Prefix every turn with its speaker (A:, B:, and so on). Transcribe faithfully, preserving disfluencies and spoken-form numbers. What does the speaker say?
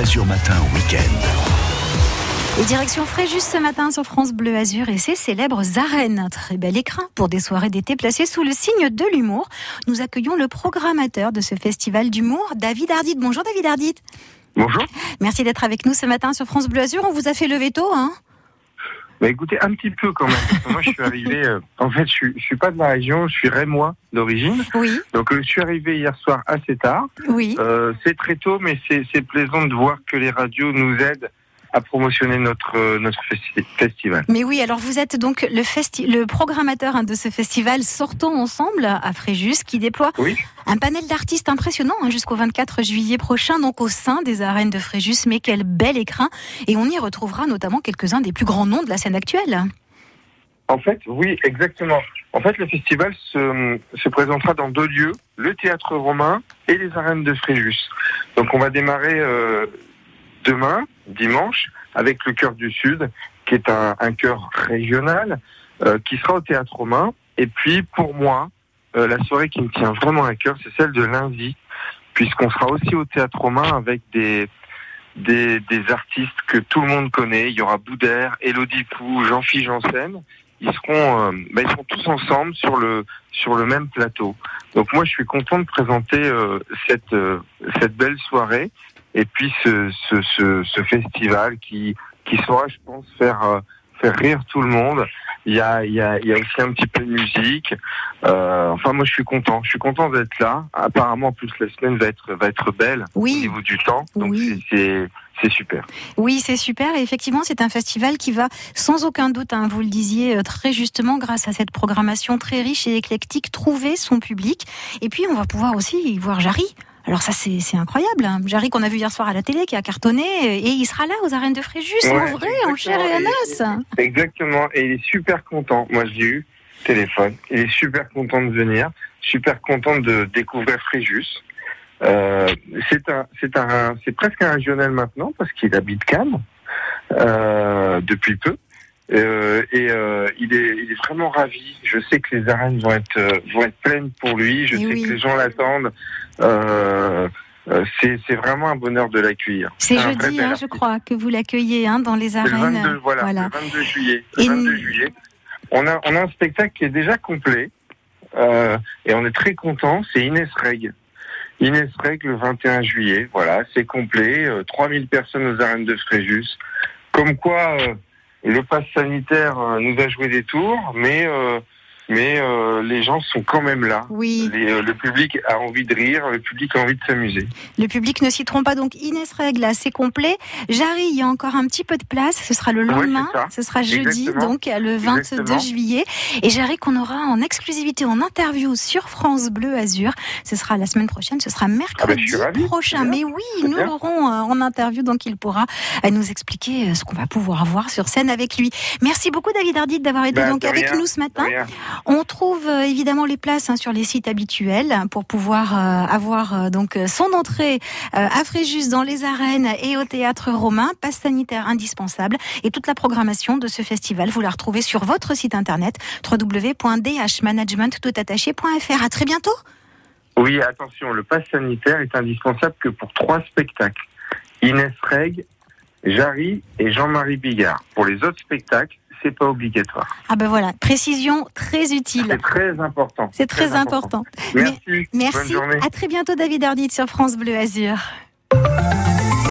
A: Azur Matin Week-end.
B: Et direction Fréjus ce matin sur France Bleu Azur et ses célèbres arènes. Un très bel écrin pour des soirées d'été placées sous le signe de l'humour. Nous accueillons le programmateur de ce festival d'humour, David Ardit. Bonjour David Ardit.
C: Bonjour.
B: Merci d'être avec nous ce matin sur France Bleu Azur. On vous a fait lever tôt, hein ?
C: Bah écoutez, un petit peu quand même. Parce que moi, je suis arrivé. Euh, en fait, je suis, je suis pas de la région. Je suis rémois d'origine.
B: Oui.
C: Donc, euh, je suis arrivé hier soir assez tard.
B: Oui.
C: Euh, c'est très tôt, mais c'est, c'est plaisant de voir que les radios nous aident à promotionner notre euh, notre festi- festival.
B: Mais oui, alors vous êtes donc le, festi- le programmateur hein, de ce festival Sortons Ensemble à Fréjus, qui déploie
C: Oui.
B: un panel d'artistes impressionnant hein, jusqu'au vingt-quatre juillet prochain, donc au sein des arènes de Fréjus. Mais quel bel écrin! Et on y retrouvera notamment quelques-uns des plus grands noms de la scène actuelle.
C: En fait, oui, exactement. En fait, le festival se, se présentera dans deux lieux, le Théâtre Romain et les arènes de Fréjus. Donc, on va démarrer euh, demain, dimanche, avec le Chœur du Sud, qui est un, un chœur régional, euh, qui sera au Théâtre Romain. Et puis, pour moi, euh, la soirée qui me tient vraiment à cœur, c'est celle de lundi, puisqu'on sera aussi au Théâtre Romain avec des, des, des artistes que tout le monde connaît. Il y aura Boudère, Élodie Pou, Jean-Philippe Janssen. Ils seront, euh, bah, ils seront tous ensemble sur le sur le même plateau. Donc moi, je suis content de présenter euh, cette euh, cette belle soirée et puis ce ce ce, ce festival qui qui saura, je pense, faire euh, faire rire tout le monde. Il y a il y a il y a aussi un petit peu de musique. Euh, enfin, moi, je suis content. Je suis content d'être là. Apparemment, en plus, la semaine va être va être belle
B: Oui.
C: au niveau du temps. Donc
B: Oui.
C: c'est, c'est c'est super.
B: Oui, c'est super. Et effectivement, c'est un festival qui va, sans aucun doute, hein, vous le disiez très justement, grâce à cette programmation très riche et éclectique, trouver son public. Et puis, on va pouvoir aussi y voir Jarry. Alors ça, c'est, c'est incroyable. Hein. Jarry qu'on a vu hier soir à la télé, qui a cartonné, et il sera là aux arènes de Fréjus,
C: Ouais,
B: en vrai, en chair et en os.
C: Et- Exactement. Et il est super content. Moi, je l'ai eu, téléphone. Il est super content de venir, super content de découvrir Fréjus. Euh, c'est un, c'est un, c'est presque un régional maintenant parce qu'il habite Cannes euh, depuis peu. Euh, et euh, il est, il est vraiment ravi. Je sais que les arènes vont être, euh, vont être pleines pour lui. Je
B: Et
C: sais
B: oui.
C: que les gens l'attendent. Euh, euh, c'est, c'est vraiment un bonheur de l'accueillir.
B: C'est
C: un vrai
B: jeudi,
C: bel
B: hein, je
C: artiste.
B: crois, que vous l'accueillez hein, dans les
C: C'est le
B: arènes.
C: vingt-deux, voilà,
B: Voilà.
C: le vingt-deux juillet. Le
B: Et
C: vingt-deux
B: nous-
C: juillet. On a, on a un spectacle qui est déjà complet, euh, et on est très content. C'est Inès Reg. Inès Reg, le vingt et un juillet. Voilà, c'est complet. Euh, trois mille personnes aux arènes de Fréjus. Comme quoi, euh, le pass sanitaire euh, nous a joué des tours, mais euh, mais euh, les gens sont quand même là.
B: Oui.
C: Les, euh, le public a envie de rire, le public a envie de s'amuser.
B: Le public ne s'y trompe pas, donc Inès Reg, là, c'est complet. Jarry, il y a encore un petit peu de place, ce sera le
C: Ouais,
B: lendemain,
C: c'est ça.
B: ce sera jeudi,
C: Exactement.
B: donc le vingt-deux
C: Exactement.
B: juillet. Et Jarry qu'on aura en exclusivité, en interview sur France Bleu Azur, ce sera la semaine prochaine, ce sera mercredi
C: je suis ravi.
B: prochain.
C: C'est bien.
B: Mais oui,
C: C'est
B: nous
C: bien.
B: l'aurons euh, en interview, donc il pourra euh, nous expliquer euh, ce qu'on va pouvoir voir sur scène avec lui. Merci beaucoup David Ardit d'avoir été
C: Bah,
B: donc
C: de
B: avec
C: rien,
B: nous ce
C: de
B: matin.
C: rien.
B: On trouve euh, évidemment les places hein, sur les sites habituels pour pouvoir euh, avoir euh, donc euh, son entrée euh, à Fréjus dans les arènes et au Théâtre Romain. Passe sanitaire indispensable et toute la programmation de ce festival, vous la retrouvez sur votre site internet w w w point d h management tout attaché point f r. À très bientôt.
C: Oui, attention, le pass sanitaire est indispensable que pour trois spectacles. Inès Reg, Jarry et Jean-Marie Bigard. Pour les autres spectacles, c'est pas obligatoire.
B: Ah ben voilà, précision très utile.
C: C'est très important.
B: C'est très, important.
C: Merci.
B: Merci.
C: Bonne journée.
B: À très bientôt David Ardit sur France Bleu Azur.